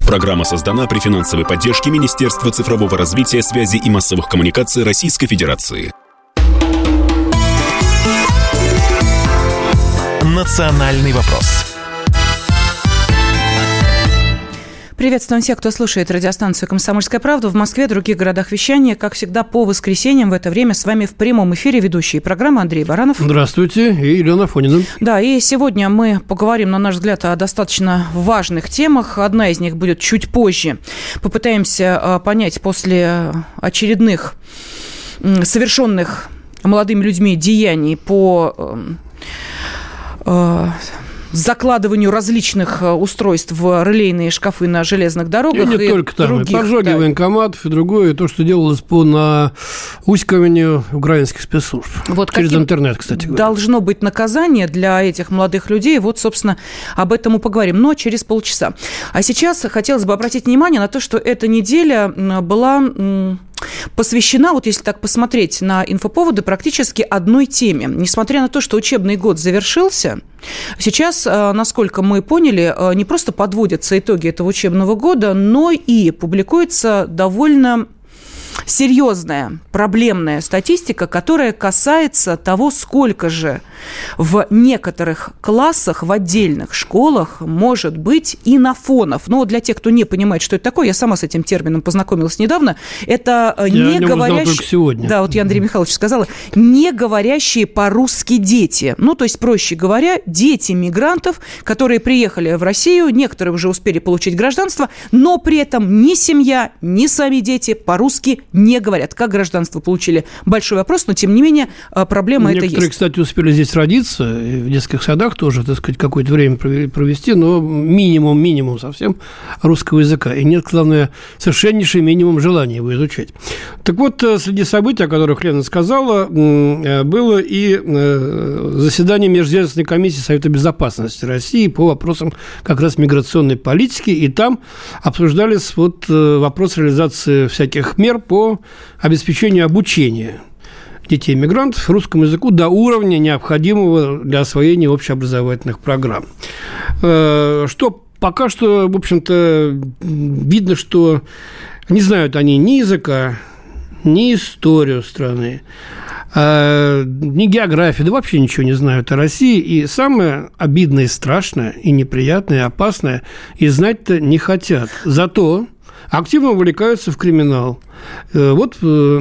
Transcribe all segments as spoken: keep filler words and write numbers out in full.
Программа создана при финансовой поддержке Министерства цифрового развития, связи и массовых коммуникаций Российской Федерации. Национальный вопрос. Приветствуем всех, кто слушает радиостанцию «Комсомольская правда» в Москве, в других городах вещания. Как всегда, по воскресеньям в это время с вами в прямом эфире ведущие программы Андрей Баранов. Здравствуйте, и Елена Афонина. Да, и сегодня мы поговорим, на наш взгляд, о достаточно важных темах. Одна из них будет чуть позже. Попытаемся понять после очередных совершенных молодыми людьми деяний по закладыванию различных устройств в релейные шкафы на железных дорогах. И не и только там, других, и поджоги да. военкоматов, и другое, и то, что делалось по наускиванию украинских спецслужб. Вот через интернет, кстати говоря. Должно быть наказание для этих молодых людей. Вот, собственно, об этом мы поговорим, но через полчаса. А сейчас хотелось бы обратить внимание на то, что эта неделя была посвящена, вот если так посмотреть на инфоповоды, практически одной теме. Несмотря на то, что учебный год завершился, сейчас, насколько мы поняли, не просто подводятся итоги этого учебного года, но и публикуется довольно серьезная, проблемная статистика, которая касается того, сколько же в некоторых классах, в отдельных школах может быть инофонов. Но для тех, кто не понимает, что это такое, я сама с этим термином познакомилась недавно, это не говорящие... Да, вот я Андрей Михайлович сказала, не говорящие по-русски дети. Ну, то есть, проще говоря, дети мигрантов, которые приехали в Россию, некоторые уже успели получить гражданство, но при этом ни семья, ни сами дети по-русски не говорят. Как гражданство получили? Большой вопрос, но, тем не менее, проблема эта есть. Некоторые, кстати, успели здесь родиться, и в детских садах тоже, так сказать, какое-то время провести, но минимум, минимум совсем русского языка. И нет, главное, совершеннейший минимум желания его изучать. Так вот, среди событий, о которых Лена сказала, было и заседание Межведомственной комиссии Совета Безопасности России по вопросам как раз миграционной политики, и там обсуждались вот вопрос реализации всяких мер по обеспечению обучения детей-мигрантов русскому языку до уровня, необходимого для освоения общеобразовательных программ. Что пока что, в общем-то, видно, что не знают они ни языка, ни историю страны, ни географию, да вообще ничего не знают о России. И самое обидное, и страшное, и неприятное, и опасное, и знать-то не хотят. Зато активно увлекаются в криминал. Вот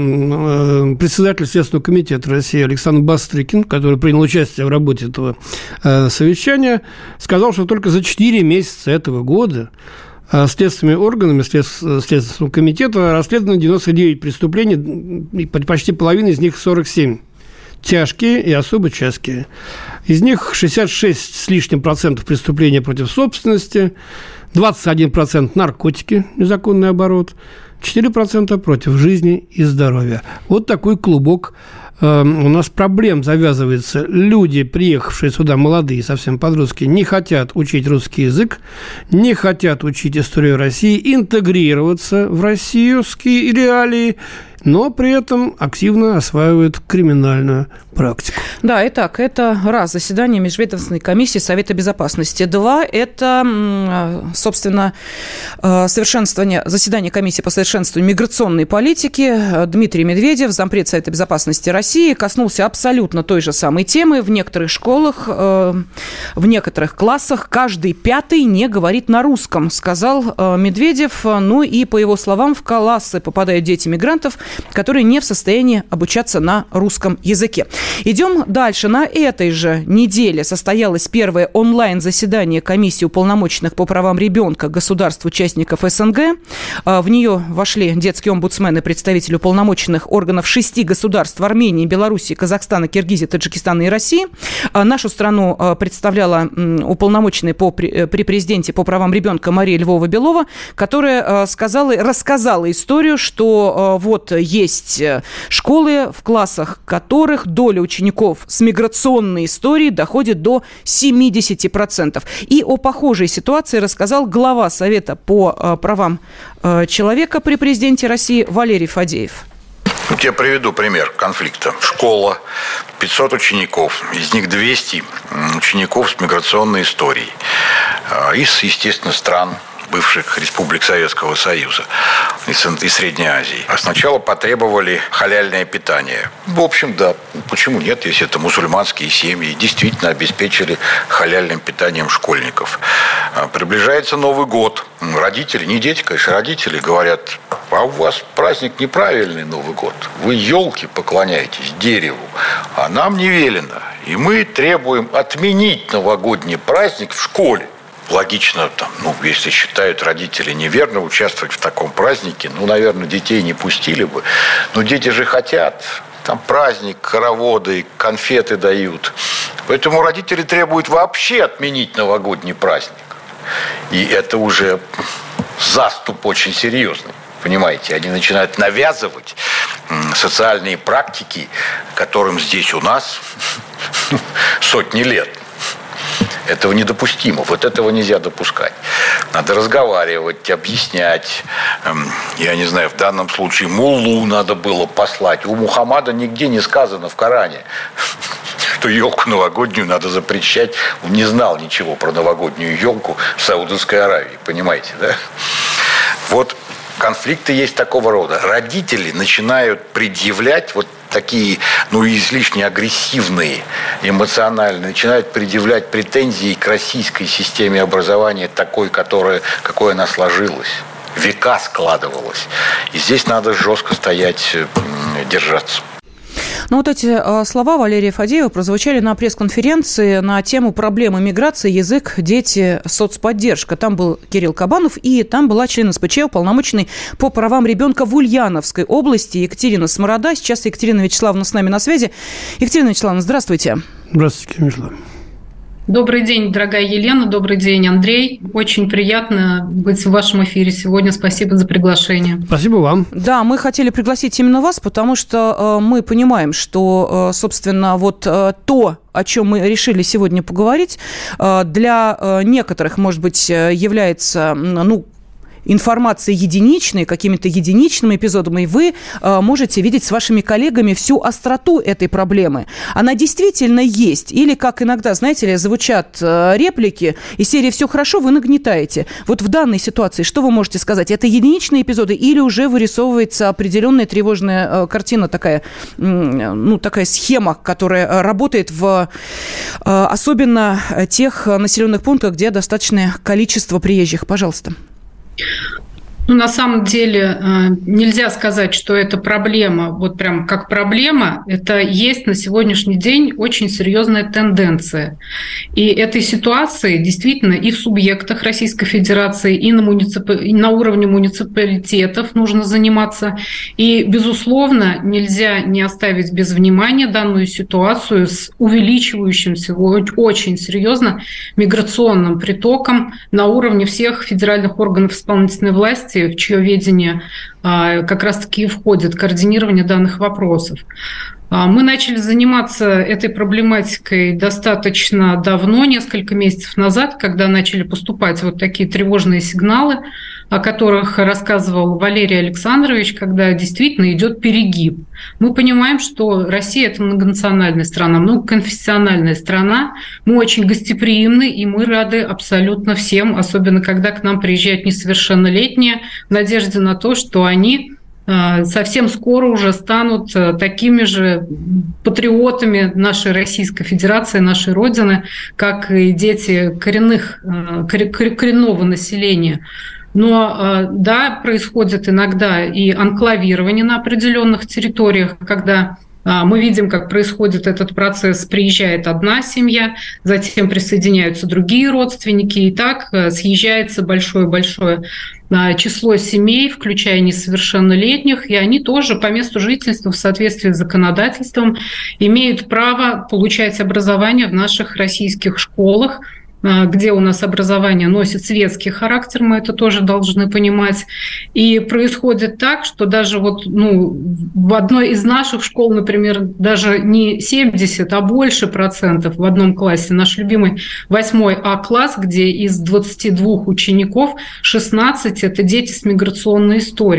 председатель Следственного комитета России Александр Бастрыкин, который принял участие в работе этого совещания, сказал, что только за четыре месяца этого года следственными органами Следственного комитета расследовано девяносто девять преступлений, и почти половина из них сорок семь тяжкие и особо тяжкие. Из них шестьдесят шесть с лишним процентов преступления против собственности, двадцать один процент наркотики, незаконный оборот, четыре процента против жизни и здоровья. Вот такой клубок э, у нас проблем завязывается. Люди, приехавшие сюда, молодые, совсем подростки, не хотят учить русский язык, не хотят учить историю России, интегрироваться в российские реалии, но при этом активно осваивают криминальную практику. Да, итак, это раз, заседание Межведомственной комиссии Совета Безопасности. Два, это, собственно, совершенствование, заседание комиссии по совершенствованию миграционной политики. Дмитрий Медведев, зампред Совета Безопасности России, коснулся абсолютно той же самой темы. В некоторых школах, в некоторых классах каждый пятый не говорит на русском, сказал Медведев. Ну и, по его словам, в классы попадают дети мигрантов, которые не в состоянии обучаться на русском языке. Идем дальше. На этой же неделе состоялось первое онлайн-заседание комиссии уполномоченных по правам ребенка государств-участников СНГ. В нее вошли детские омбудсмены, представители уполномоченных органов шести государств: Армении, Белоруссии, Казахстана, Киргизии, Таджикистана и России. Нашу страну представляла уполномоченная по, при президенте по правам ребенка Мария Львова-Белова, которая сказала, рассказала историю, что вот есть школы, в классах которых доля учеников с миграционной историей доходит до семьдесят процентов. И о похожей ситуации рассказал глава Совета по правам человека при президенте России Валерий Фадеев. Я приведу пример конфликта. Школа, пятьсот учеников, из них двести учеников с миграционной историей. Из, естественно, стран бывших республик Советского Союза и Средней Азии. А сначала потребовали халяльное питание. В общем, да, почему нет, если это мусульманские семьи, действительно обеспечили халяльным питанием школьников. Приближается Новый год. Родители, не дети, конечно, родители говорят: а у вас праздник неправильный Новый год. Вы елки поклоняетесь, дереву, а нам не велено. И мы требуем отменить новогодний праздник в школе. Логично, там, ну, если считают родители неверно участвовать в таком празднике, ну, наверное, детей не пустили бы. Но дети же хотят. Там праздник, хороводы, конфеты дают. Поэтому родители требуют вообще отменить новогодний праздник. И это уже заступ очень серьезный. Понимаете, они начинают навязывать социальные практики, которым здесь у нас сотни лет. Этого недопустимо. Вот этого нельзя допускать. Надо разговаривать, объяснять. Я не знаю, в данном случае муллу надо было послать. У Мухаммада нигде не сказано в Коране, что елку новогоднюю надо запрещать. Он не знал ничего про новогоднюю елку в Саудовской Аравии. Понимаете, да? Вот конфликты есть такого рода. Родители начинают предъявлять вот такие, ну, излишне агрессивные, эмоциональные, начинают предъявлять претензии к российской системе образования, такой, которая, какой она сложилась, века складывалась. И здесь надо жестко стоять, держаться. Ну, вот эти э, слова Валерия Фадеева прозвучали на пресс-конференции на тему проблемы миграции, язык, дети, соцподдержка. Там был Кирилл Кабанов, и там была член эс пэ че, уполномоченный по правам ребенка в Ульяновской области Екатерина Сморода. Сейчас Екатерина Вячеславовна с нами на связи. Екатерина Вячеславовна, здравствуйте. Здравствуйте, Вячеслав. Добрый день, дорогая Елена, добрый день, Андрей. Очень приятно быть в вашем эфире сегодня. Спасибо за приглашение. Спасибо вам. Да, мы хотели пригласить именно вас, потому что э, мы понимаем, что, э, собственно, вот э, то, о чем мы решили сегодня поговорить, э, для э, некоторых, может быть, является, ну, информация единичной, какими-то единичными эпизодами, и вы э, можете видеть с вашими коллегами всю остроту этой проблемы. Она действительно есть. Или, как иногда, знаете ли, звучат э, реплики из серии «все хорошо, вы нагнетаете». Вот в данной ситуации что вы можете сказать? Это единичные эпизоды или уже вырисовывается определенная тревожная э, картина, такая, э, ну, такая схема, которая работает в э, особенно тех населенных пунктах, где достаточное количество приезжих? Пожалуйста. Ну, на самом деле нельзя сказать, что это проблема, вот прям как проблема. Это есть на сегодняшний день очень серьезная тенденция. И этой ситуацией действительно и в субъектах Российской Федерации, и на, муниципи... и на уровне муниципалитетов нужно заниматься. И, безусловно, нельзя не оставить без внимания данную ситуацию с увеличивающимся очень серьезно миграционным притоком на уровне всех федеральных органов исполнительной власти, в чье ведение как раз-таки входит координирование данных вопросов. Мы начали заниматься этой проблематикой достаточно давно, несколько месяцев назад, когда начали поступать вот такие тревожные сигналы, о которых рассказывал Валерий Александрович, когда действительно идет перегиб. Мы понимаем, что Россия – это многонациональная страна, многоконфессиональная страна. Мы очень гостеприимны, и мы рады абсолютно всем, особенно когда к нам приезжают несовершеннолетние, в надежде на то, что они совсем скоро уже станут такими же патриотами нашей Российской Федерации, нашей Родины, как и дети коренных, коренного населения. Но да, происходит иногда и анклавирование на определенных территориях, когда мы видим, как происходит этот процесс. Приезжает одна семья, затем присоединяются другие родственники, и так съезжается большое-большое число семей, включая несовершеннолетних, и они тоже по месту жительства в соответствии с законодательством имеют право получать образование в наших российских школах, где у нас образование носит светский характер, мы это тоже должны понимать. И происходит так, что даже вот, ну, в одной из наших школ, например, даже не семьдесят, а больше процентов в одном классе, наш любимый восьмой А-класс, где из двадцати двух учеников шестнадцать – это дети с миграционной историей.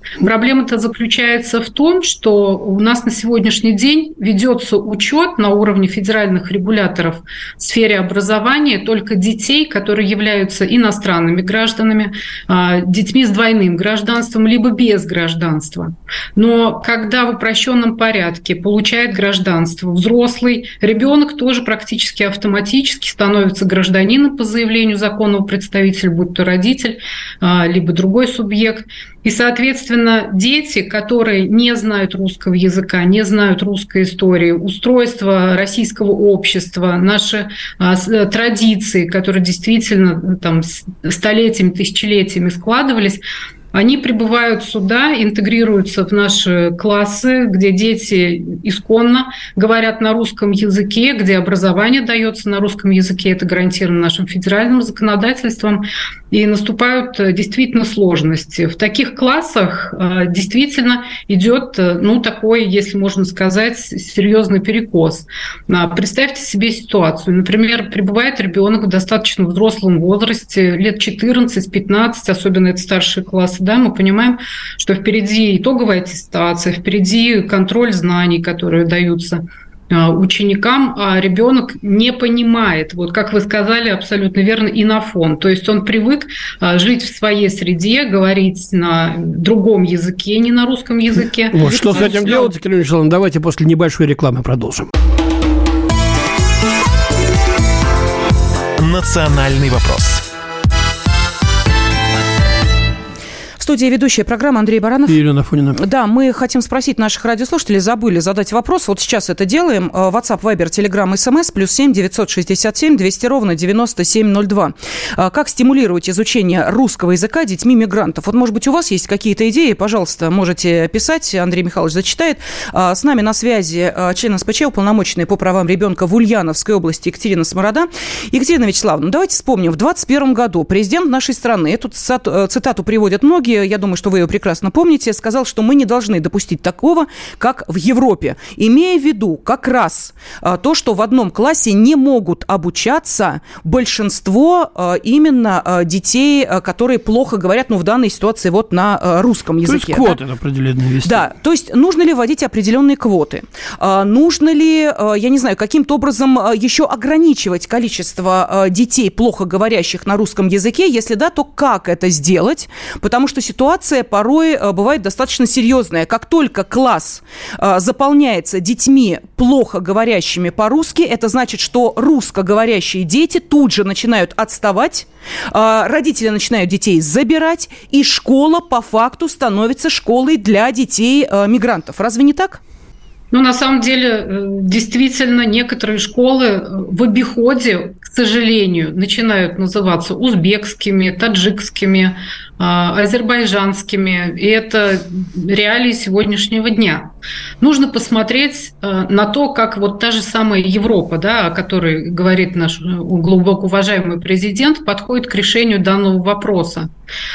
Проблема-то заключается в том, что у нас на сегодняшний день ведется учет на уровне федеральных регуляторов в сфере образования только детей, которые являются иностранными гражданами, детьми с двойным гражданством, либо без гражданства. Но когда в упрощенном порядке получает гражданство взрослый, ребенок тоже практически автоматически становится гражданином по заявлению законного представителя, будь то родитель, либо другой субъект. И, соответственно, дети, которые не знают русского языка, не знают русской истории, устройства российского общества, наши а, традиции, которые действительно там, столетиями, тысячелетиями складывались, они прибывают сюда, интегрируются в наши классы, где дети исконно говорят на русском языке, где образование дается на русском языке, это гарантировано нашим федеральным законодательством, и наступают действительно сложности. В таких классах действительно идет, ну, такой, если можно сказать, серьезный перекос. Представьте себе ситуацию. Например, прибывает ребенок в достаточно взрослом возрасте, лет четырнадцать-пятнадцать, особенно это старшие классы, да, мы понимаем, что впереди итоговая аттестация, впереди контроль знаний, которые даются ученикам, а ребенок не понимает, вот как вы сказали, абсолютно верно, инофон. То есть он привык жить в своей среде, говорить на другом языке, не на русском языке. Вот, что с этим делать, Екатерина Вячеславовна, давайте после небольшой рекламы продолжим. Национальный вопрос. В студии ведущая программы Андрей Баранов. И Елена Афонина. Да, мы хотим спросить наших радиослушателей, забыли задать вопрос. Вот сейчас это делаем. WhatsApp, Viber, Telegram, эс эм эс, плюс семь девятьсот шестьдесят семь двести ровно девяносто семь ноль два. Как стимулировать изучение русского языка детьми мигрантов? Вот, может быть, у вас есть какие-то идеи? Пожалуйста, можете писать. Андрей Михайлович зачитает. С нами на связи член эс пэ че, уполномоченный по правам ребенка в Ульяновской области Екатерина Сморода. Екатерина Вячеславовна, давайте вспомним. В двадцать первом году президент нашей страны, эту цитату приводят многие, я думаю, что вы ее прекрасно помните, сказал, что мы не должны допустить такого, как в Европе, имея в виду как раз а, то, что в одном классе не могут обучаться большинство а, именно а, детей, а, которые плохо говорят, ну, в данной ситуации вот на а, русском языке. То есть квоты, да? Определенные вести. Да, то есть нужно ли вводить определенные квоты? А, нужно ли, а, я не знаю, каким-то образом а, еще ограничивать количество а, детей, плохо говорящих на русском языке? Если да, то как это сделать? Потому что ситуация порой бывает достаточно серьезная. Как только класс заполняется детьми, плохо говорящими по-русски, это значит, что русскоговорящие дети тут же начинают отставать, родители начинают детей забирать, и школа по факту становится школой для детей мигрантов. Разве не так? Ну, на самом деле, действительно, некоторые школы в обиходе, к сожалению, начинают называться узбекскими, таджикскими, азербайджанскими. И это реалии сегодняшнего дня. Нужно посмотреть на то, как вот та же самая Европа, да, о которой говорит наш глубоко уважаемый президент, подходит к решению данного вопроса.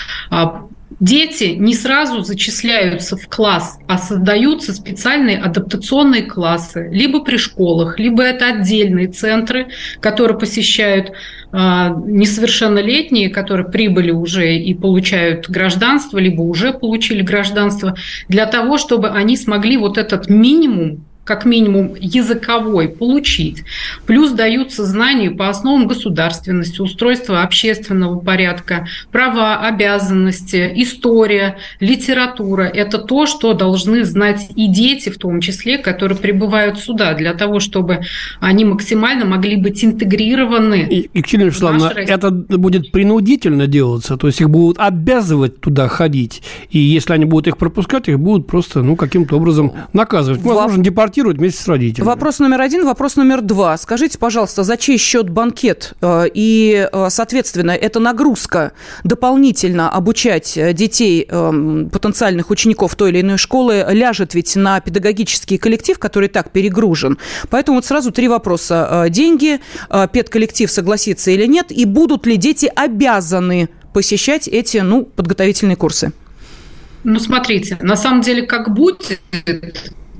Дети не сразу зачисляются в класс, а создаются специальные адаптационные классы, либо при школах, либо это отдельные центры, которые посещают э, несовершеннолетние, которые прибыли уже и получают гражданство, либо уже получили гражданство, для того, чтобы они смогли вот этот минимум, как минимум языковой, получить. Плюс даются знания по основам государственности, устройства общественного порядка, права, обязанности, история, литература. Это то, что должны знать и дети, в том числе, которые прибывают сюда, для того, чтобы они максимально могли быть интегрированы. Екатерина Вячеславовна, это будет принудительно делаться, то есть их будут обязывать туда ходить, и если они будут их пропускать, их будут просто, ну, каким-то образом наказывать. Возможно, депортировать вместе с родителями. Вопрос номер один. Вопрос номер два. Скажите, пожалуйста, за чей счет банкет? И, соответственно, эта нагрузка дополнительно обучать детей, потенциальных учеников той или иной школы, ляжет ведь на педагогический коллектив, который так перегружен. Поэтому вот сразу три вопроса. Деньги, педколлектив согласится или нет, и будут ли дети обязаны посещать эти, ну, подготовительные курсы? Ну, смотрите, на самом деле, как будет...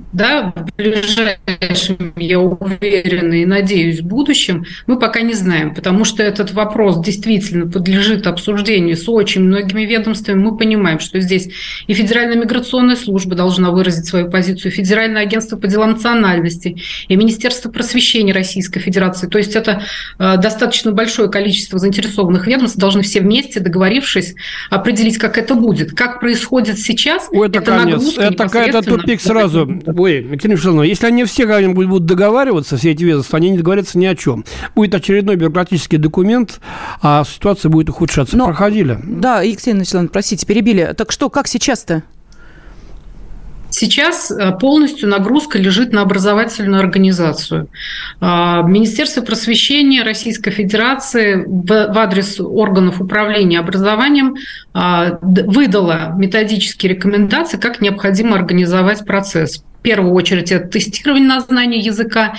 да, в ближайшем, я уверена и надеюсь, в будущем, мы пока не знаем, потому что этот вопрос действительно подлежит обсуждению с очень многими ведомствами. Мы понимаем, что здесь и Федеральная миграционная служба должна выразить свою позицию, и Федеральное агентство по делам национальностей, и Министерство просвещения Российской Федерации. То есть это э, достаточно большое количество заинтересованных ведомств, должны все вместе, договорившись, определить, как это будет. Как происходит сейчас, Ой, это, это нагрузка это какая-то тупик сразу. Ой, Екатерина Вячеславовна, если они все как-нибудь будут договариваться, все эти ведомства, они не договорятся ни о чем. Будет очередной бюрократический документ, а ситуация будет ухудшаться. Но, проходили. Да, Екатерина Вячеславовна, простите, перебили. Так что, как сейчас-то? Сейчас полностью нагрузка лежит на образовательную организацию. Министерство просвещения Российской Федерации в адрес органов управления образованием выдало методические рекомендации, как необходимо организовать процесс. В первую очередь это тестирование на знание языка.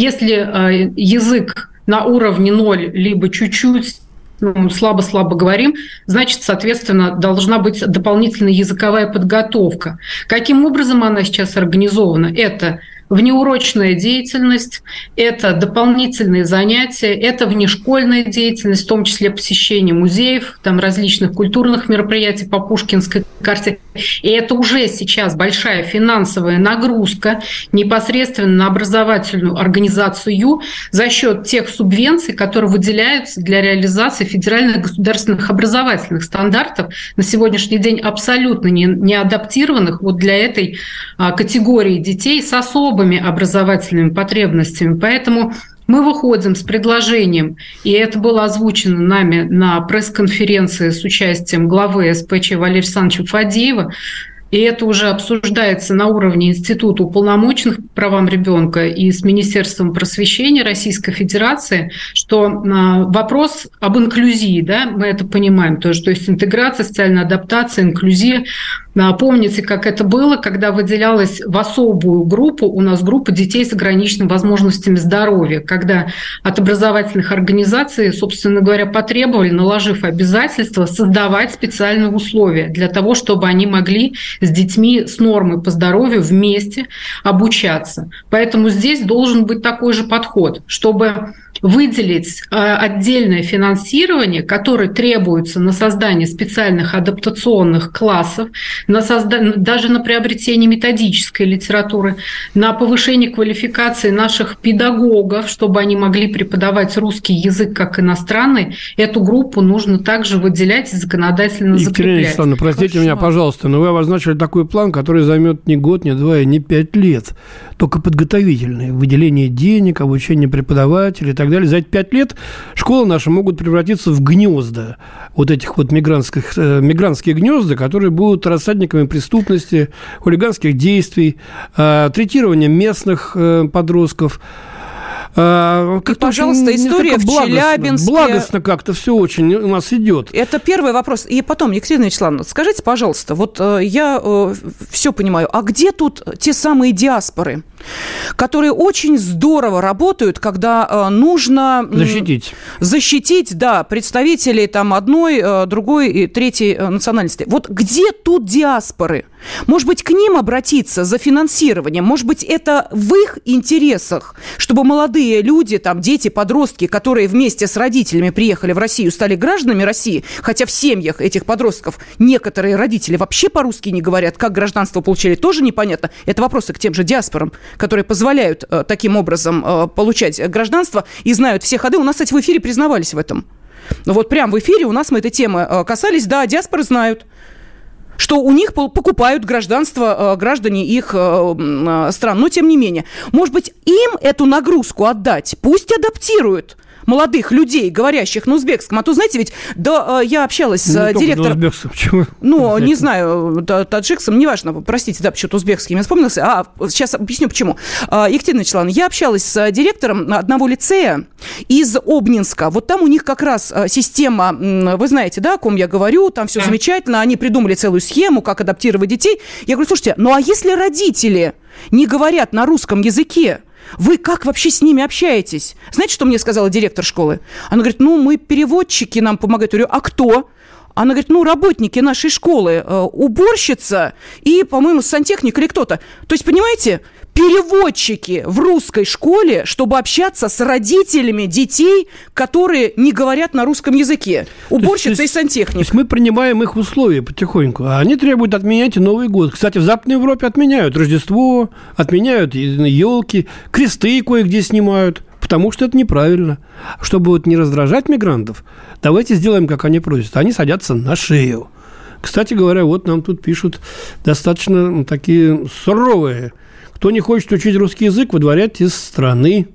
Если язык на уровне ноль, либо чуть-чуть, ну, слабо-слабо говорим, значит, соответственно, должна быть дополнительная языковая подготовка. Каким образом она сейчас организована? Это внеурочная деятельность, это дополнительные занятия, это внешкольная деятельность, в том числе посещение музеев, там, различных культурных мероприятий по Пушкинской карте. И это уже сейчас большая финансовая нагрузка непосредственно на образовательную организацию за счет тех субвенций, которые выделяются для реализации федеральных государственных образовательных стандартов, на сегодняшний день абсолютно не, не адаптированных вот для этой а, категории детей с особым образовательными потребностями. Поэтому мы выходим с предложением, и это было озвучено нами на пресс-конференции с участием главы эс пэ че Валерия Александровича Фадеева, и это уже обсуждается на уровне Института уполномоченных по правам ребенка и с Министерством просвещения Российской Федерации, что вопрос об инклюзии, да, мы это понимаем тоже, то есть интеграция, социальная адаптация, инклюзия. Помните, как это было, когда выделялась в особую группу, у нас группа детей с ограниченными возможностями здоровья, когда от образовательных организаций, собственно говоря, потребовали, наложив обязательства, создавать специальные условия для того, чтобы они могли с детьми с нормой по здоровью вместе обучаться. Поэтому здесь должен быть такой же подход, чтобы выделить отдельное финансирование, которое требуется на создание специальных адаптационных классов, на создание, даже на приобретение методической литературы, на повышение квалификации наших педагогов, чтобы они могли преподавать русский язык как иностранный. Эту группу нужно также выделять и законодательно закреплять. Екатерина Александровна, простите Хорошо. меня, пожалуйста, но вы обозначили такой план, который займет не год, не два и не пять лет, только подготовительный. Выделение денег, обучение преподавателей и так далее. За эти пять лет школы наши могут превратиться в гнезда вот этих вот мигрантских, э, мигрантские гнезда, которые будут рассадниками преступности, хулиганских действий, э, третирования местных э, подростков. А, и, пожалуйста, очень, история в благостно, Челябинске. Благостно как-то все очень у нас идет. Это первый вопрос. И потом, Екатерина Вячеславовна, скажите, пожалуйста, вот э, я э, все понимаю, а где тут те самые диаспоры, которые очень здорово работают, когда э, нужно... Э, защитить. Защитить, да, представителей там одной, э, другой и третьей э, национальности. Вот где тут диаспоры? Может быть, к ним обратиться за финансированием? Может быть, это в их интересах, чтобы молодые люди, там, дети, подростки, которые вместе с родителями приехали в Россию, стали гражданами России, хотя в семьях этих подростков некоторые родители вообще по-русски не говорят, как гражданство получили, тоже непонятно. Это вопросы к тем же диаспорам, которые позволяют э, таким образом э, получать гражданство и знают все ходы. У нас, кстати, в эфире признавались в этом. Ну вот прямо в эфире у нас мы этой темы э, касались. Да, диаспоры знают, что у них покупают гражданство э, граждане их э, э, стран. Но, тем не менее, может быть, им эту нагрузку отдать, пусть адаптируют молодых людей, говорящих на узбекском. А то, знаете, ведь да, я общалась с не директором... На узбекском, почему? Ну, не знаю, таджикском, неважно, простите, да, почему-то узбекский мне вспомнился. А, сейчас объясню, почему. Екатерина Вячеславовна, я общалась с директором одного лицея из Обнинска. Вот там у них как раз система, вы знаете, да, о ком я говорю, там все замечательно, они придумали целую схему, как адаптировать детей. Я говорю, слушайте, ну а если родители не говорят на русском языке, вы как вообще с ними общаетесь? Знаете, что мне сказала директор школы? Она говорит, ну, мы переводчики, нам помогают. Я говорю, а кто? Она говорит, ну, работники нашей школы, уборщица и, по-моему, сантехник или кто-то. То есть, понимаете, переводчики в русской школе, чтобы общаться с родителями детей, которые не говорят на русском языке. Уборщица и сантехник. То есть мы принимаем их условия потихоньку, а они требуют отменять и Новый год. Кстати, в Западной Европе отменяют Рождество, отменяют елки, кресты кое-где снимают, потому что это неправильно. Чтобы вот не раздражать мигрантов, давайте сделаем, как они просят. Они садятся на шею. Кстати говоря, вот нам тут пишут достаточно такие суровые. Кто не хочет учить русский язык, выдворять из страны.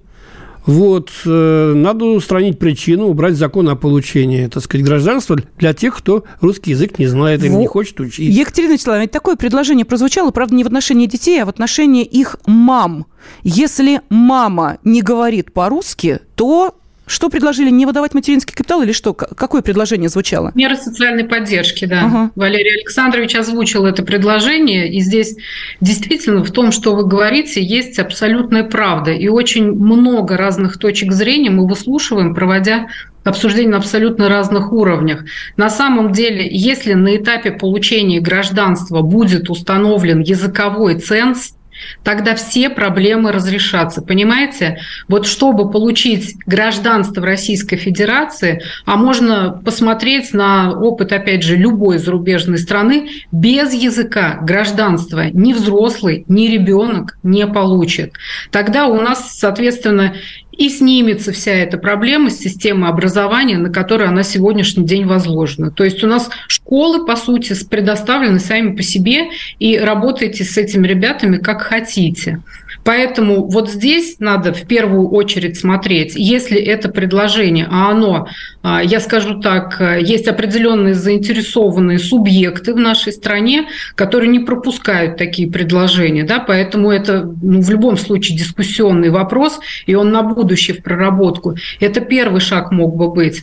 Вот. Надо устранить причину, убрать закон о получении, так сказать, гражданства для тех, кто русский язык не знает или вот. Не хочет учить. Екатерина Вячеславовна, такое предложение прозвучало, правда, не в отношении детей, а в отношении их мам. Если мама не говорит по-русски, то... Что предложили? Не выдавать материнский капитал или что? Какое предложение звучало? Меры социальной поддержки, да. Ага. Валерий Александрович озвучил это предложение, и здесь действительно в том, что вы говорите, есть абсолютная правда. И очень много разных точек зрения мы выслушиваем, проводя обсуждение на абсолютно разных уровнях. На самом деле, если на этапе получения гражданства будет установлен языковой ценз, тогда все проблемы разрешатся, понимаете? Вот чтобы получить гражданство Российской Федерации, а можно посмотреть на опыт, опять же, любой зарубежной страны, без языка гражданства ни взрослый, ни ребенок не получит. Тогда у нас, соответственно, и снимется вся эта проблема с системы образования, на которую она сегодняшний день возложена. То есть у нас школы, по сути, предоставлены сами по себе, и работаете с этими ребятами как хотите. Поэтому вот здесь надо в первую очередь смотреть, если это предложение, а оно, я скажу так, есть определенные заинтересованные субъекты в нашей стране, которые не пропускают такие предложения, да, поэтому это ну, в любом случае дискуссионный вопрос, и он на будущее в проработку. Это первый шаг мог бы быть.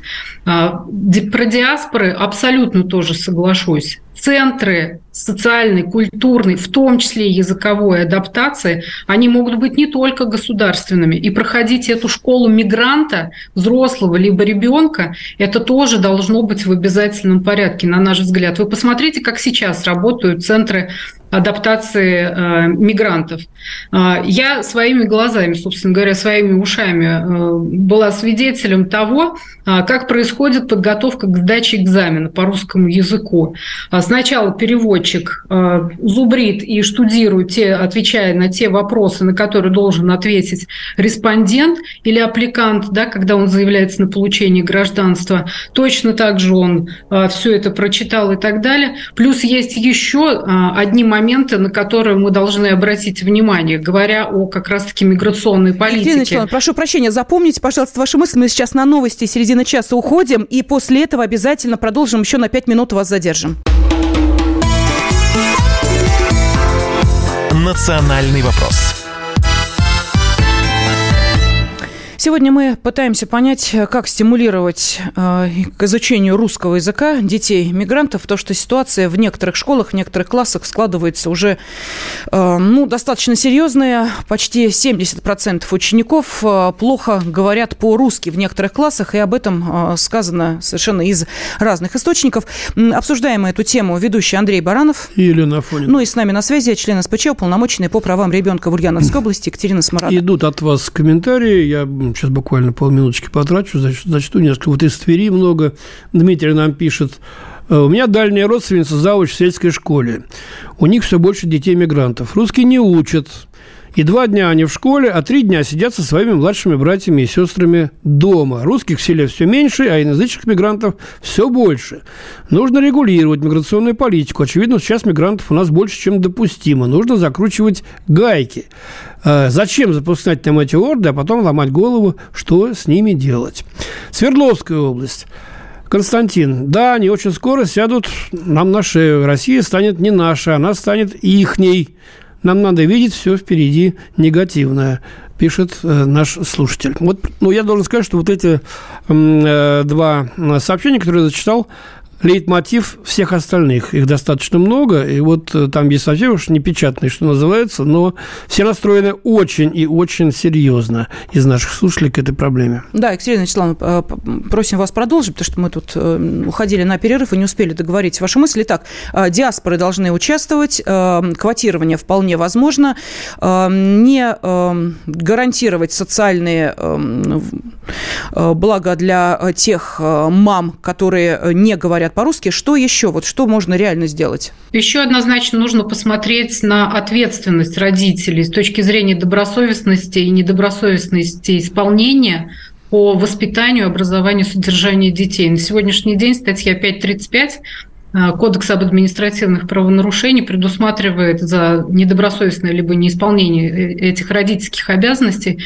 Про диаспоры абсолютно тоже соглашусь. Центры социальной, культурной, в том числе и языковой адаптации, они могут быть не только государственными. И проходить эту школу мигранта, взрослого либо ребенка, это тоже должно быть в обязательном порядке, на наш взгляд. Вы посмотрите, как сейчас работают центры адаптации э, мигрантов. Э, я своими глазами, собственно говоря, своими ушами э, была свидетелем того, э, как происходит подготовка к сдаче экзамена по русскому языку. Э, сначала переводчик э, зубрит и штудирует, те, отвечая на те вопросы, на которые должен ответить респондент или аппликант, да, когда он заявляется на получение гражданства. Точно так же он э, все это прочитал и так далее. Плюс есть еще э, одни моменты, моменты, на которые мы должны обратить внимание, говоря о как раз-таки миграционной политике. Екатерина Вячеславовна, прошу прощения, запомните, пожалуйста, ваши мысли. Мы сейчас на новости середины часа уходим, и после этого обязательно продолжим, еще на пять минут вас задержим. Национальный вопрос. Сегодня мы пытаемся понять, как стимулировать э, к изучению русского языка детей мигрантов, то что ситуация в некоторых школах, в некоторых классах складывается уже э, ну, достаточно серьезная. Почти семьдесят процентов учеников э, плохо говорят по-русски в некоторых классах, и об этом э, сказано совершенно из разных источников. Обсуждаем эту тему ведущий Андрей Баранов. И Елена Афонина. Ну и с нами на связи член СПЧ, уполномоченный по правам ребенка в Ульяновской области Екатерина Смарада. Идут от вас комментарии, я сейчас буквально полминуточки потрачу, зачту несколько. Вот из Твери много. Дмитрий нам пишет. У меня дальняя родственница завуч в сельской школе. У них все больше детей-мигрантов. Русский не учат. И два дня они в школе, а три дня сидят со своими младшими братьями и сестрами дома. Русских в селе все меньше, а иноязычных мигрантов все больше. Нужно регулировать миграционную политику. Очевидно, сейчас мигрантов у нас больше, чем допустимо. Нужно закручивать гайки. Зачем запускать там эти орды, а потом ломать голову, что с ними делать? Свердловская область. Константин. Да, они очень скоро сядут нам на шею. Россия станет не наша, она станет ихней. Нам надо видеть все впереди негативное, пишет э, наш слушатель. Вот, ну, я должен сказать, что вот эти э, два сообщения, которые я зачитал, лейтмотив всех остальных. Их достаточно много, и вот там есть совсем уж непечатные, что называется, но все настроены очень и очень серьезно из наших слушателей к этой проблеме. Да, Екатерина Вячеславовна, просим вас продолжить, потому что мы тут уходили на перерыв и не успели договорить ваши мысли. Итак, диаспоры должны участвовать, квотирование вполне возможно, не гарантировать социальные блага для тех мам, которые не говорят по-русски. Что еще? Вот что можно реально сделать? Еще однозначно нужно посмотреть на ответственность родителей с точки зрения добросовестности и недобросовестности исполнения по воспитанию, образованию, содержанию детей. На сегодняшний день статья пять тридцать пять Кодекса об административных правонарушениях предусматривает за недобросовестное либо неисполнение этих родительских обязанностей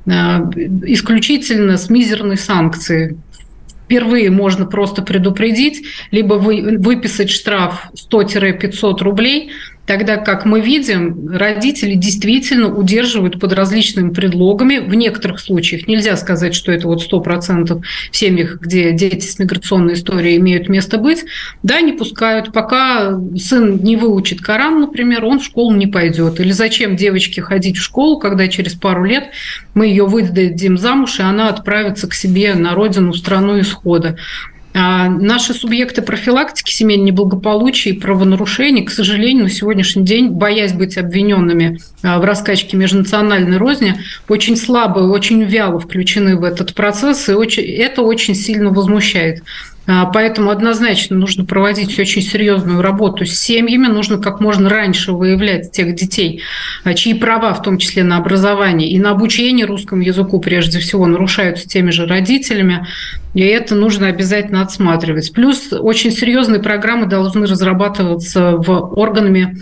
исключительно с мизерной санкцией. Впервые можно просто предупредить, либо вы, выписать штраф сто - пятьсот рублей, тогда как мы видим, родители действительно удерживают под различными предлогами. В некоторых случаях нельзя сказать, что это вот сто процентов в семьях, где дети с миграционной историей имеют место быть. Да, не пускают, пока сын не выучит Коран, например, он в школу не пойдет. Или зачем девочке ходить в школу, когда через пару лет мы ее выдадим замуж, и она отправится к себе на родину, в страну исхода. А наши субъекты профилактики семейного неблагополучия и правонарушений, к сожалению, на сегодняшний день, боясь быть обвиненными в раскачке межнациональной розни, очень слабо и очень вяло включены в этот процесс, и очень, это очень сильно возмущает. Поэтому однозначно нужно проводить очень серьезную работу с семьями, нужно как можно раньше выявлять тех детей, чьи права, в том числе на образование и на обучение русскому языку, прежде всего, нарушаются теми же родителями, и это нужно обязательно отсматривать. Плюс очень серьезные программы должны разрабатываться в органами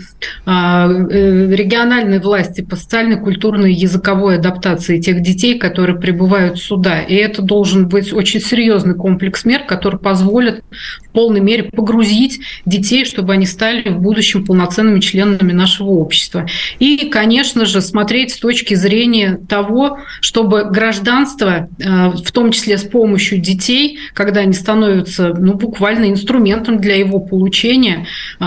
региональной власти по социальной, культурной и языковой адаптации тех детей, которые прибывают сюда. И это должен быть очень серьезный комплекс мер, который позволит в полной мере погрузить детей, чтобы они стали в будущем полноценными членами нашего общества. И, конечно же, смотреть с точки зрения того, чтобы гражданство, в том числе с помощью детей, когда они становятся ну, буквально инструментом для его получения,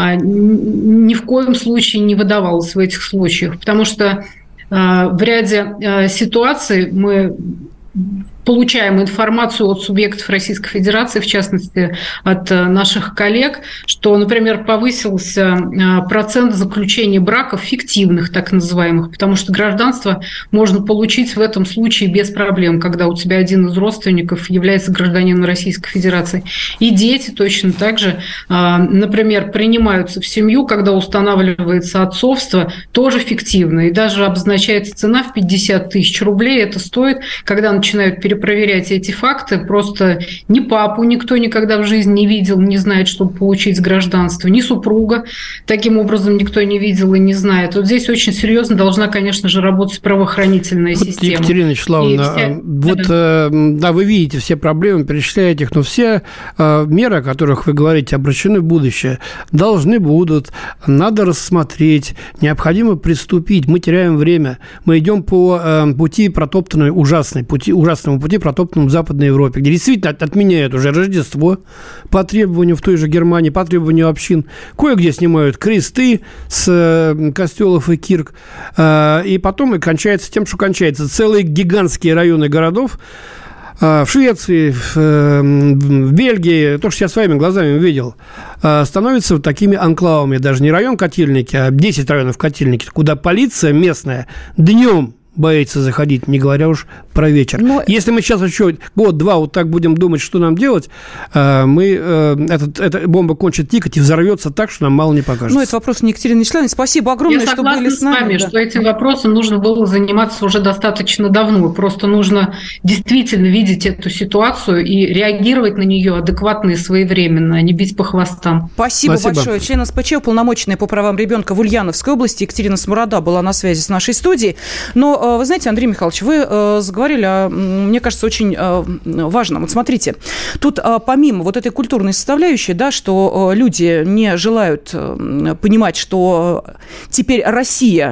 ни в коем случае не выдавалось в этих случаях. Потому что в ряде ситуаций мы получаем информацию от субъектов Российской Федерации, в частности, от наших коллег, что, например, повысился процент заключения браков фиктивных, так называемых, потому что гражданство можно получить в этом случае без проблем, когда у тебя один из родственников является гражданином Российской Федерации. И дети точно так же, например, принимаются в семью, когда устанавливается отцовство, тоже фиктивно. И даже обозначается цена в пятьдесят тысяч рублей. Это стоит, когда начинают перепроверять проверять эти факты, просто ни папу никто никогда в жизни не видел, не знает, чтобы получить гражданство, ни супруга таким образом никто не видел и не знает. Вот здесь очень серьезно должна, конечно же, работать правоохранительная вот, система. Екатерина Вячеславовна, вся... вот да. да, вы видите все проблемы, перечисляете их, но все меры, о которых вы говорите, обращены в будущее, должны будут, надо рассмотреть, необходимо приступить, мы теряем время, мы идем по пути протоптанной ужасной, пути, ужасному пути, протоптанному в Западной Европе, где действительно отменяют уже Рождество по требованию в той же Германии, по требованию общин. Кое-где снимают кресты с костелов и кирк. И потом и кончается тем, что кончается. Целые гигантские районы городов в Швеции, в Бельгии, то, что я своими глазами видел, становятся вот такими анклавами. Даже не район Котельники, а десять районов Котельники, куда полиция местная днем боится заходить, не говоря уж про вечер. Но... Если мы сейчас еще год-два вот так будем думать, что нам делать, мы, этот, эта бомба кончит тикать и взорвется так, что нам мало не покажется. Ну, это вопрос не Екатерины Вячеславовны. Спасибо огромное, что были с нами. Я согласна с вами, да. что этим вопросом нужно было заниматься уже достаточно давно. Просто нужно действительно видеть эту ситуацию и реагировать на нее адекватно и своевременно, а не бить по хвостам. Спасибо, Спасибо. большое. Член СПЧ, уполномоченная по правам ребенка в Ульяновской области Екатерина Смурада была на связи с нашей студией. Но вы знаете, Андрей Михайлович, вы э, заговорили о, мне кажется, очень э, важном. Вот смотрите, тут э, помимо вот этой культурной составляющей, да, что э, люди не желают э, понимать, что теперь Россия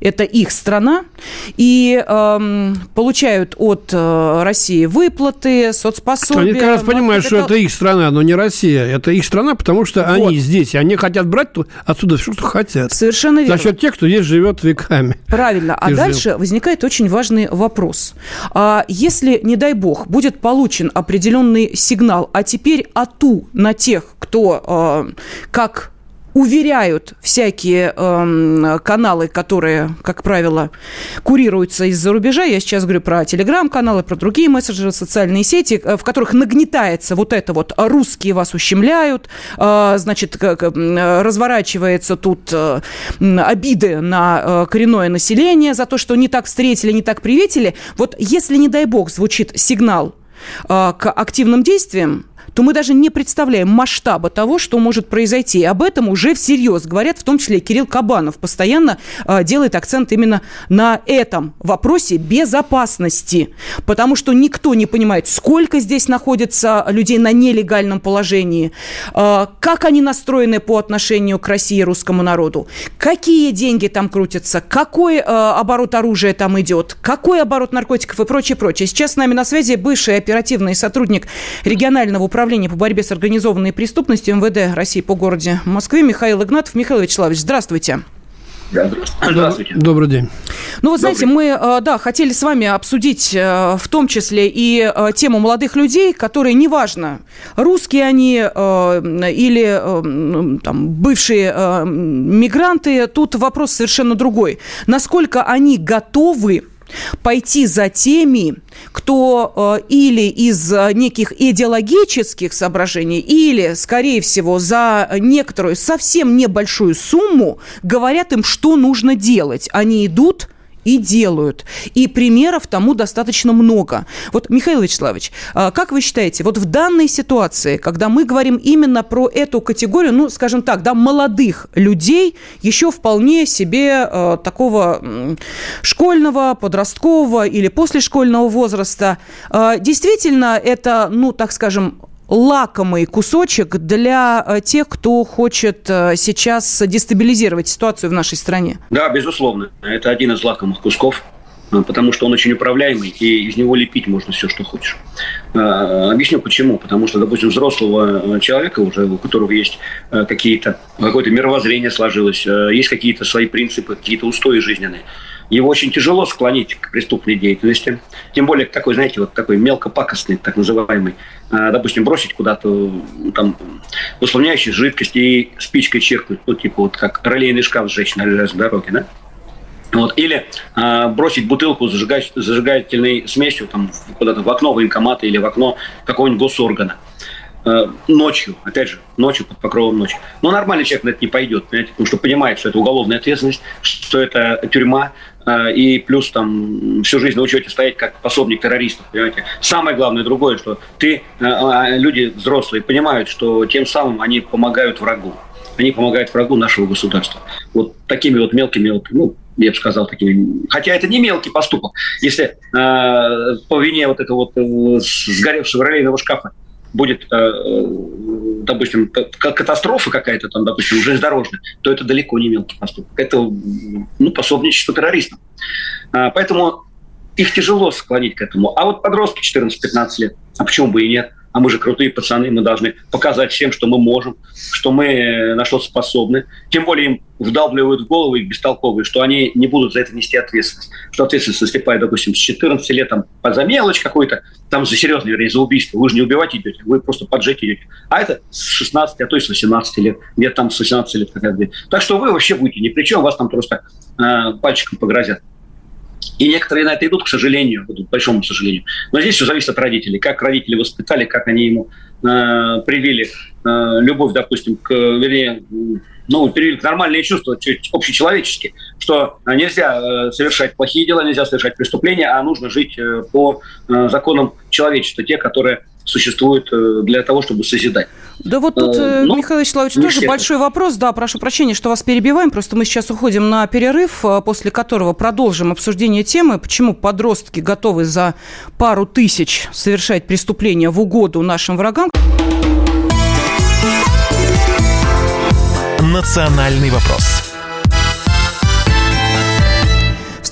это их страна, и э, получают от э, России выплаты, соцпособия. Они как раз понимают, что это их страна, но не Россия. Это их страна, потому что вот. Они здесь, они хотят брать отсюда все, что хотят. Совершенно верно. За счет тех, кто здесь живет веками. Правильно. А жил. Дальше возникает очень важный вопрос. А если, не дай бог, будет получен определенный сигнал, а теперь ату на тех, кто, э, как уверяют всякие э, каналы, которые, как правило, курируются из-за рубежа. Я сейчас говорю про телеграм-каналы, про другие мессенджеры, социальные сети, в которых нагнетается вот это вот «русские вас ущемляют», э, значит, как, разворачивается тут э, обиды на э, коренное население за то, что не так встретили, не так приветили. Вот если, не дай бог, звучит сигнал э, к активным действиям, то мы даже не представляем масштаба того, что может произойти. И об этом уже всерьез говорят, в том числе и Кирилл Кабанов постоянно э, делает акцент именно на этом вопросе безопасности. Потому что никто не понимает, сколько здесь находится людей на нелегальном положении, э, как они настроены по отношению к России и русскому народу, какие деньги там крутятся, какой э, оборот оружия там идет, какой оборот наркотиков и прочее, прочее. Сейчас с нами на связи бывший оперативный сотрудник регионального управления по борьбе с организованной преступностью МВД России по городе Москве Михаил Игнатов. Михаил Вячеславович, здравствуйте. Да, здравствуйте. Добрый день. Ну, вы знаете, мы, да, хотели с вами обсудить в том числе и тему молодых людей, которые, неважно, русские они или там, бывшие мигранты, тут вопрос совершенно другой. Насколько они готовы пойти за теми, кто э, или из неких идеологических соображений, или, скорее всего, за некоторую совсем небольшую сумму говорят им, что нужно делать. Они идут и делают. И примеров тому достаточно много. Вот, Михаил Вячеславович, как вы считаете, вот в данной ситуации, когда мы говорим именно про эту категорию, ну, скажем так, да, молодых людей, еще вполне себе э, такого э, школьного, подросткового или послешкольного возраста, э, действительно это, ну, так скажем, лакомый кусочек для тех, кто хочет сейчас дестабилизировать ситуацию в нашей стране? Да, безусловно. Это один из лакомых кусков, потому что он очень управляемый, и из него лепить можно все, что хочешь. Объясню почему. Потому что, допустим, взрослого человека, уже у которого есть какие-то, какое-то мировоззрение сложилось, есть какие-то свои принципы, какие-то устои жизненные, его очень тяжело склонить к преступной деятельности, тем более к такой, знаете, вот такой мелкопакостной, так называемой, допустим, бросить куда-то там воспламеняющие жидкости и спичкой черкнуть, ну, типа вот как релейный шкаф сжечь на дороге, да? Вот. Или а, бросить бутылку с зажигать, зажигательной смесью там, куда-то в окно военкомата или в окно какого-нибудь госоргана. Ночью, опять же, ночью под покровом ночи. Но нормальный человек на это не пойдет, понимаете, потому что понимает, что это уголовная ответственность, что это тюрьма, и плюс там всю жизнь на учете стоять как пособник террористов, понимаете. Самое главное другое, что ты, люди взрослые понимают, что тем самым они помогают врагу. Они помогают врагу нашего государства. Вот такими вот мелкими, вот, ну, я бы сказал, такими... Хотя это не мелкий поступок. Если э, по вине вот этого вот э, сгоревшего релейного шкафа будет, э, допустим, катастрофа какая-то там, допустим, железнодорожная, то это далеко не мелкий поступок. Это, ну, пособничество террористам. А, поэтому их тяжело склонить к этому. А вот подростки четырнадцать-пятнадцать лет, а почему бы и нет? А мы же крутые пацаны, мы должны показать всем, что мы можем, что мы на что-то способны. Тем более им вдалбливают в голову их бестолковые, что они не будут за это нести ответственность. Что ответственность наступает, допустим, с четырнадцати лет там, за мелочь какую-то, там за серьезное, вернее, за убийство. Вы же не убивать идете, вы просто поджечь идете. А это с шестнадцати, а то и с восемнадцати лет. Где-то там с восемнадцати лет. Какая-то. Так что вы вообще будете ни при чем, вас там просто э, пальчиком погрозят. И некоторые на это идут, к сожалению, к большому сожалению. Но здесь все зависит от родителей. Как родители воспитали, как они ему э, привили э, любовь, допустим, к, вернее, ну, привили к нормальные чувства, общечеловеческие, что нельзя э, совершать плохие дела, нельзя совершать преступления, а нужно жить э, по э, законам человечества, те, которые существуют э, для того, чтобы созидать. Да вот тут, э, ну, Михаил Вячеславович, тоже все. Большой вопрос. Да, прошу прощения, что вас перебиваем. Просто мы сейчас уходим на перерыв, после которого продолжим обсуждение темы, почему подростки готовы за пару тысяч совершать преступления в угоду нашим врагам. Национальный вопрос.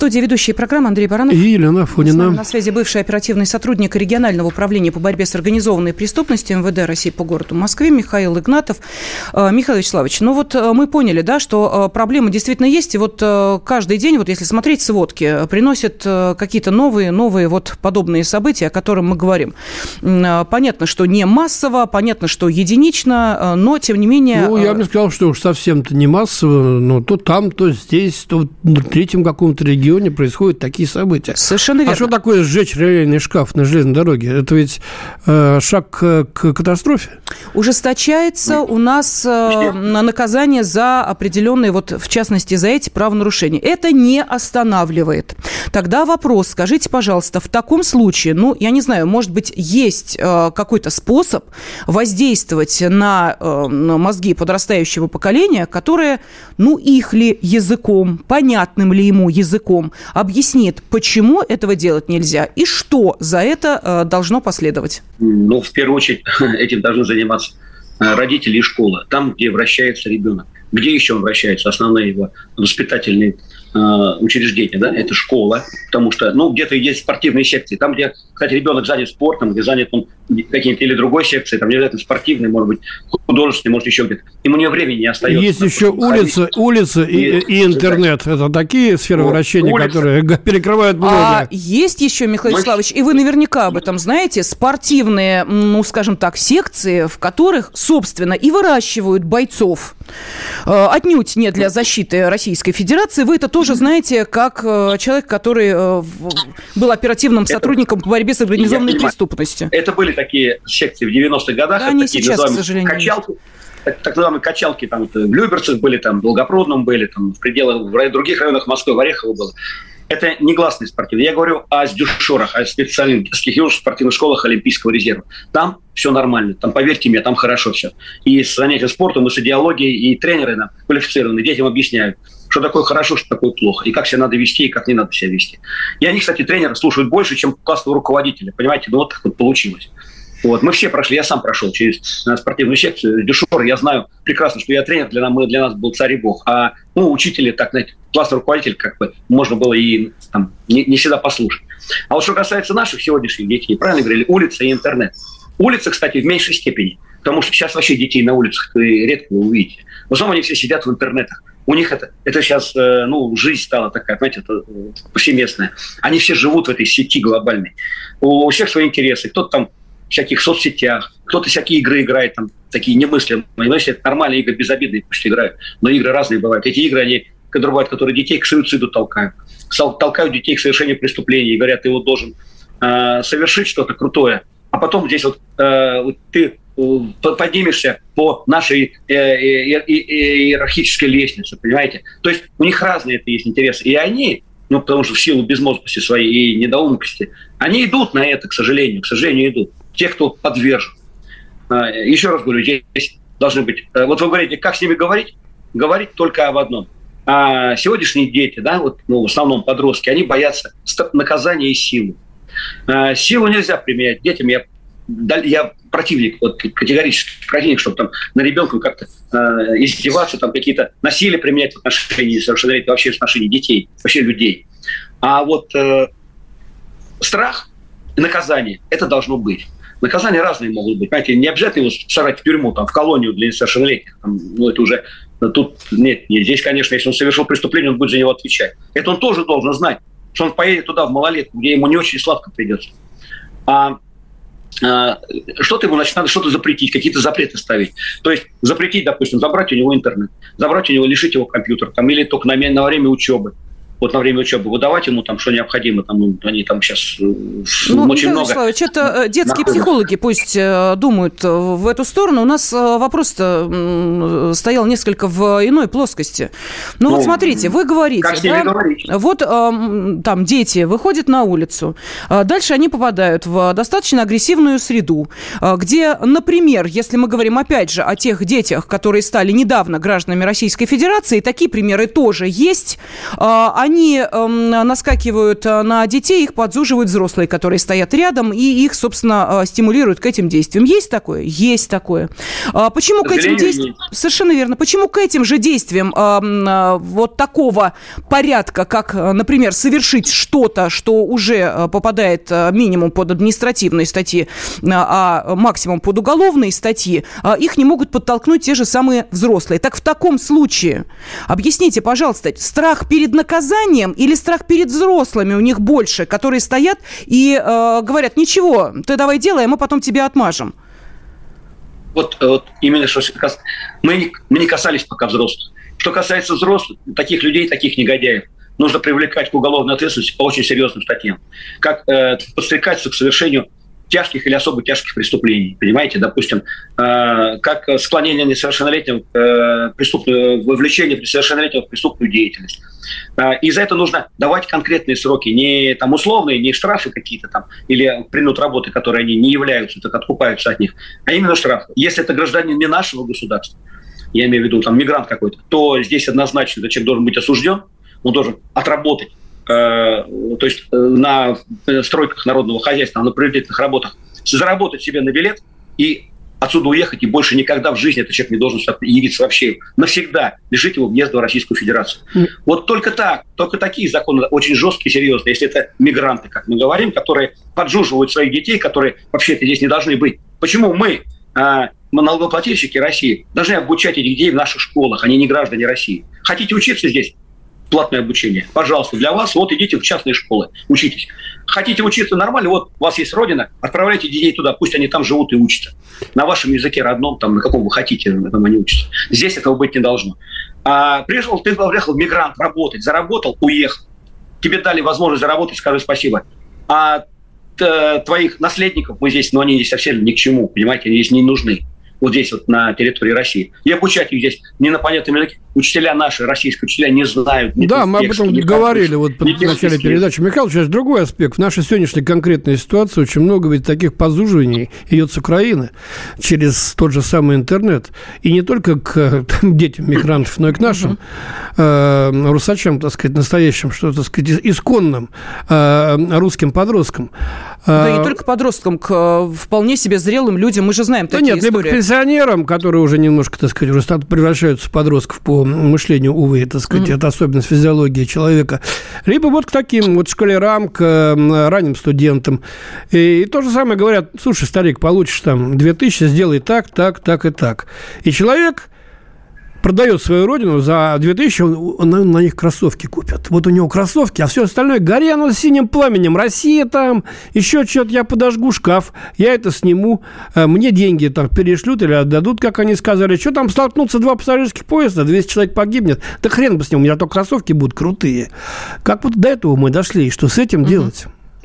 В студии ведущие программы Андрей Баранов. И Елена Афонина. С нами на связи бывший оперативный сотрудник регионального управления по борьбе с организованной преступностью эм вэ дэ России по городу Москве Михаил Игнатов. Михаил Вячеславович, ну вот мы поняли, да, что проблемы действительно есть, и вот каждый день, вот если смотреть сводки, приносят какие-то новые, новые вот подобные события, о которых мы говорим. Понятно, что не массово, понятно, что единично, но тем не менее... Ну, я бы не сказал, что уж совсем-то не массово, но то там, то здесь, то в третьем каком-то регионе происходят такие события. Совершенно верно. А что такое сжечь релейный шкаф на железной дороге? Это ведь э, шаг к, к катастрофе. Ужесточается у нас э, наказание за определенные, вот в частности, за эти правонарушения. Это не останавливает. Тогда вопрос, скажите, пожалуйста, в таком случае, ну, я не знаю, может быть, есть э, какой-то способ воздействовать на, э, на мозги подрастающего поколения, которое, ну, их ли языком, понятным ли ему языком объяснит, почему этого делать нельзя и что за это э, должно последовать? Ну, в первую очередь, этим должны заниматься родители и школа. Там, где вращается ребенок. Где еще он вращается? Основные его воспитательные э, учреждения, да, это школа, потому что, ну, где-то есть спортивные секции. Там, где, кстати, ребенок занят спортом, где занят он каким-то или другой секцией, там не обязательно спортивной, может быть, художественной, может, еще где-то. Ему не времени не остается. Есть еще улица, улица и, и интернет. Это такие сферы вот, вращения, улица. Которые перекрывают многое. А есть еще, Михаил Вячеславович, и вы наверняка об этом знаете, спортивные, ну, скажем так, секции, в которых, собственно, и выращивают бойцов. Отнюдь не для защиты Российской Федерации. Вы это тоже знаете, как человек, который был оперативным сотрудником по борьбе с организованной преступностью. Это были такие секции в девяностых годах. Да, они сейчас, к сожалению, качалки, так, так называемые качалки там, в Люберцах были, там, в Долгопрудном были, там, в пределах, в других районах Москвы, в Орехово было. Это негласные спортивные. Я говорю о сдюшорах, о специалистских юношеских спортивных школах Олимпийского резерва. Там все нормально. Там, поверьте мне, там хорошо все. И с занятием спортом, и с идеологией, и тренеры нам квалифицированные детям объясняют, что такое хорошо, что такое плохо, и как себя надо вести, и как не надо себя вести. И они, кстати, тренеры слушают больше, чем классного руководителя. Понимаете, ну вот так вот получилось. Вот. Мы все прошли, я сам прошел через спортивную секцию, дюшор, я знаю прекрасно, что я тренер, для нас, мы, для нас был царь и бог, а ну, учитель, так, знаете, классный руководитель, как бы, можно было и там, не, не всегда послушать. А вот что касается наших сегодняшних детей, правильно говорили, улица и интернет. Улица, кстати, в меньшей степени, потому что сейчас вообще детей на улицах вы редко увидите. В основном они все сидят в интернетах. У них это, это сейчас, ну, жизнь стала такая, знаете, это повсеместная. Они все живут в этой сети глобальной. У всех свои интересы. Кто-то там в всяких соцсетях, кто-то всякие игры играет, там, такие немыслимые. Но если это нормальные игры, безобидные пусть играют. Но игры разные бывают. Эти игры, они, которые бывают, которые детей к суициду толкают. Толкают детей к совершению преступлений и говорят, ты вот должен э, совершить что-то крутое. А потом здесь вот э, ты поднимешься по нашей э, э, э, иерархической лестнице, понимаете? То есть у них разные это есть интересы. И они, ну, потому что в силу безмозглости своей и недоумкости, они идут на это, к сожалению, к сожалению, идут. Те, кто подвержен. Э, еще раз говорю, здесь должны быть... Э, вот вы говорите, как с ними говорить? Говорить только об одном. А сегодняшние дети, да, вот, ну, в основном подростки, они боятся наказания и силы. Э, силу нельзя применять детям. Я Я противник, вот, категорически противник, чтобы там на ребенка как-то э, издеваться, там какие-то насилия применять в отношении совершеннолетних, вообще в отношении детей, вообще людей. А вот э, страх и наказание, это должно быть. Наказания разные могут быть. Знаете, не обязательно его сажать в тюрьму, там, в колонию для несовершеннолетних. Там, ну, это уже... Тут нет, нет. Здесь, конечно, если он совершил преступление, он будет за него отвечать. Это он тоже должен знать, что он поедет туда, в малолетку, где ему не очень сладко придется. А что-то ему, значит, надо что-то запретить, какие-то запреты ставить. То есть запретить, допустим, забрать у него интернет, забрать у него, лишить его компьютер, там, или только на, на время учебы. Вот на время учебы выдавать ему там, что необходимо, там, они там сейчас ну, очень Михаил много... Вячеславович, это детские психологи пусть думают в эту сторону. У нас вопрос-то стоял несколько в иной плоскости. Ну, ну вот смотрите, вы говорите, как с ними да, говорить? Вот там дети выходят на улицу, дальше они попадают в достаточно агрессивную среду, где, например, если мы говорим опять же о тех детях, которые стали недавно гражданами Российской Федерации, такие примеры тоже есть, они они эм, наскакивают на детей, их подзуживают взрослые, которые стоят рядом, и их, собственно, стимулируют к этим действиям. Есть такое? Есть такое. Почему к этим действиям... Совершенно верно. Почему к этим же действиям э, вот такого порядка, как, например, совершить что-то, что уже попадает минимум под административные статьи, а максимум под уголовные статьи, их не могут подтолкнуть те же самые взрослые? Так в таком случае, объясните, пожалуйста, страх перед наказанием или страх перед взрослыми у них больше, которые стоят и э, говорят: ничего, ты давай делай, а мы потом тебя отмажем? Вот, вот именно что мы, мы не касались пока взрослых. Что касается взрослых, таких людей, таких негодяев, нужно привлекать к уголовной ответственности по очень серьезным статьям. Как э, подстрекаться к совершению тяжких или особо тяжких преступлений. Понимаете, допустим, э, как склонение несовершеннолетнего к э, преступному, вовлечение несовершеннолетнего в преступную деятельность. Э, и за это нужно давать конкретные сроки, не там условные, не штрафы какие-то там, или принуд работы, которые они не являются, так откупаются от них, а именно штрафы. Если это гражданин не нашего государства, я имею в виду там мигрант какой-то, то здесь однозначно этот человек должен быть осужден, он должен отработать, э, то есть э, на стройках народного хозяйства, на приоритетных работах, заработать себе на билет и отсюда уехать, и больше никогда в жизни этот человек не должен явиться вообще. Навсегда лишить его въезда в Российскую Федерацию. Mm. Вот только так, только такие законы очень жесткие, серьезные, если это мигранты, как мы говорим, которые поджуживают своих детей, которые вообще-то здесь не должны быть. Почему мы, э, налогоплательщики России, должны обучать этих детей в наших школах, они не граждане России? Хотите учиться здесь? Платное обучение. Пожалуйста, для вас, вот идите в частные школы, учитесь. Хотите учиться нормально, вот у вас есть родина, отправляйте детей туда, пусть они там живут и учатся. На вашем языке родном, там, на каком вы хотите, там они учатся. Здесь этого быть не должно. А, приехал, ты приехал, мигрант, работать, заработал, уехал. Тебе дали возможность заработать, скажи спасибо. А т, твоих наследников мы здесь, но они здесь совсем ни к чему, понимаете, они здесь не нужны. Вот здесь вот на территории России. И обучать их здесь не на понятном языке. Учителя наши, российские учителя, не знают. Ни да, мы об этом говорили вот в начале передачи. Михаил, сейчас другой аспект. В нашей сегодняшней конкретной ситуации очень много ведь таких подзуживаний идет с Украины через тот же самый интернет. И не только к там, детям мигрантов, но и к нашим э, русачам, так сказать, настоящим, что, так сказать, исконным э, русским подросткам. Да, не только подросткам, к вполне себе зрелым людям. Мы же знаем да такие нет, истории. Либо к пенсионерам, которые уже немножко, так сказать, уже превращаются в подростков по мышлению, увы, так сказать, mm-hmm. это особенность физиологии человека. Либо вот к таким вот школярам, к ранним студентам. И, и то же самое говорят: слушай, старик, получишь там две тысячи, сделай так, так, так и так. И человек продает свою родину за две тысячи, он, он на, на них кроссовки купит. Вот у него кроссовки, а все остальное горят синим пламенем. Россия там, еще что-то, я подожгу шкаф, я это сниму, мне деньги там перешлют или отдадут, как они сказали. Что там, столкнутся два пассажирских поезда, двести человек погибнет? Да хрен бы с ним, у меня только кроссовки будут крутые. Как вот до этого мы дошли, и что с этим uh-huh. делать?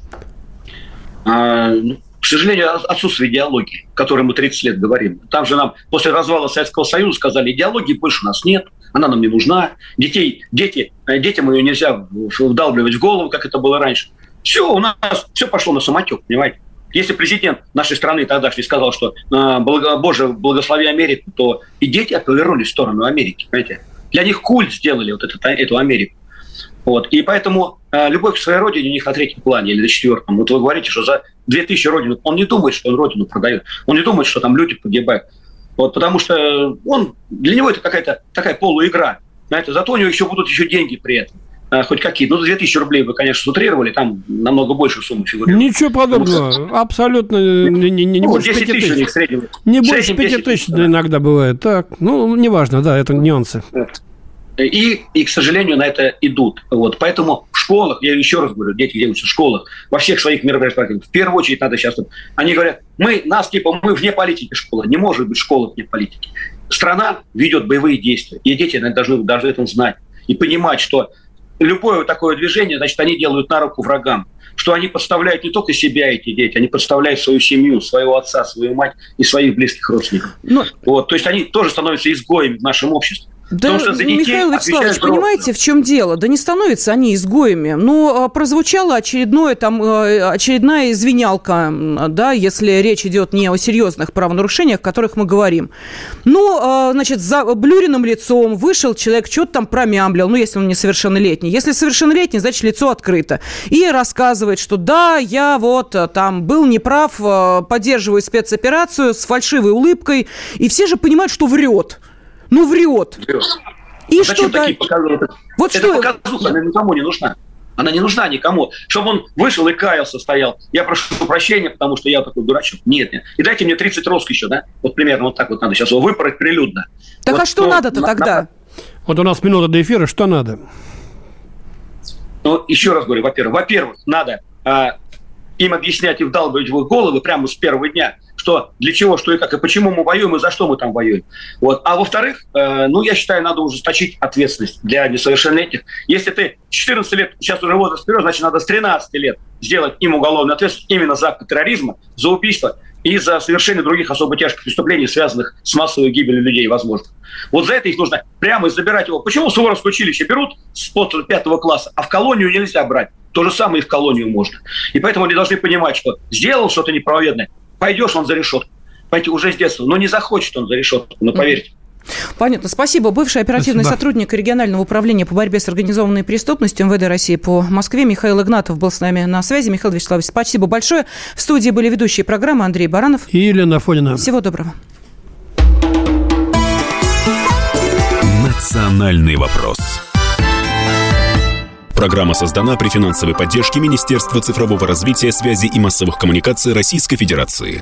А, к сожалению, отсутствие идеологии, о которой мы тридцать лет говорим. Там же нам после развала Советского Союза сказали: идеологии больше у нас нет, она нам не нужна. Детей, дети, детям ее нельзя вдалбливать в голову, как это было раньше. Все, у нас все пошло на самотек, понимаете? Если президент нашей страны тогдашний сказал, что благо, Боже, благослови Америку, то и дети повернулись в сторону Америки, понимаете? Для них культ сделали вот этот, эту Америку. Вот. И поэтому э, любовь к своей родине у них на третьем плане или на четвертом. Вот вы говорите, что за две тысячи родину, он не думает, что он родину продает. Он не думает, что там люди погибают. Вот, потому что он, для него это какая-то такая полуигра. Знаете, зато у него еще будут еще деньги при этом. Э, хоть какие. Ну, две тысячи рублей вы, конечно, сутрировали, там намного больше суммы фигурирует. Ничего подобного. Ну, абсолютно не, не, не, не ну, больше пяти тысяч. тысяч среднего. Не больше пяти тысяч иногда бывает. Так, ну, неважно, да, это нюансы. И, и, к сожалению, на это идут. Вот. Поэтому в школах, я еще раз говорю, дети, где учатся в школах, во всех своих мероприятиях, в первую очередь надо сейчас... Они говорят, мы, нас, типа, мы вне политики школы. Не может быть школа вне политики. Страна ведет боевые действия, и дети должны, должны это знать. И понимать, что любое такое движение, значит, они делают на руку врагам. Что они подставляют не только себя, эти дети, они подставляют свою семью, своего отца, свою мать и своих близких родственников. Но... Вот. То есть они тоже становятся изгоями в нашем обществе. Да, что за детей Михаил Вячеславович, понимаете, в чем дело? Да не становятся они изгоями. Ну, прозвучала очередное, там, очередная извинялка, да, если речь идет не о серьезных правонарушениях, о которых мы говорим. Ну, значит, за блюренным лицом вышел человек, что-то там промямлил, ну, если он несовершеннолетний. Если совершеннолетний, значит, лицо открыто. И рассказывает, что да, я вот там был неправ, поддерживаю спецоперацию с фальшивой улыбкой. И все же понимают, что врет. Ну, врет. Врет. И а что зачем да... такие показухи? Вот это что... показуха, она никому не нужна. Она не нужна никому. Чтобы он вышел и каялся, стоял. Я прошу прощения, потому что я такой дурачок. Нет, нет. И дайте мне тридцать рос еще, да? Вот примерно вот так вот надо сейчас его выпороть прилюдно. Так вот, а что ну, надо-то на, тогда? На... Вот у нас минута до эфира. Что надо? Ну, еще раз говорю. Во-первых, во-первых, надо а, им объяснять и вдалбливать в их головы прямо с первого дня, что для чего, что и как, и почему мы воюем, и за что мы там воюем. Вот. А во-вторых, э, ну, я считаю, надо ужесточить ответственность для несовершеннолетних. Если ты четырнадцать лет, сейчас уже возраст вперед, значит, надо с тринадцати лет сделать им уголовную ответственность именно за акты терроризма, за убийство и за совершение других особо тяжких преступлений, связанных с массовой гибелью людей, возможно. Вот за это их нужно прямо забирать его. Почему в Суворовское училище берут с пятого класса, а в колонию нельзя брать? То же самое и в колонию можно. И поэтому они должны понимать, что сделал что-то неправедное, пойдешь он за решетку. Понимаете, уже с детства. Но не захочет он за решетку, но поверьте. Понятно. Спасибо. Бывший оперативный Спасибо. сотрудник регионального управления по борьбе с организованной преступностью эм вэ дэ России по Москве Михаил Игнатов был с нами на связи. Михаил Вячеславович, спасибо большое. В студии были ведущие программы Андрей Баранов и Елена Афонина. Всего доброго. Национальный вопрос. Программа создана при финансовой поддержке Министерства цифрового развития, связи и массовых коммуникаций Российской Федерации.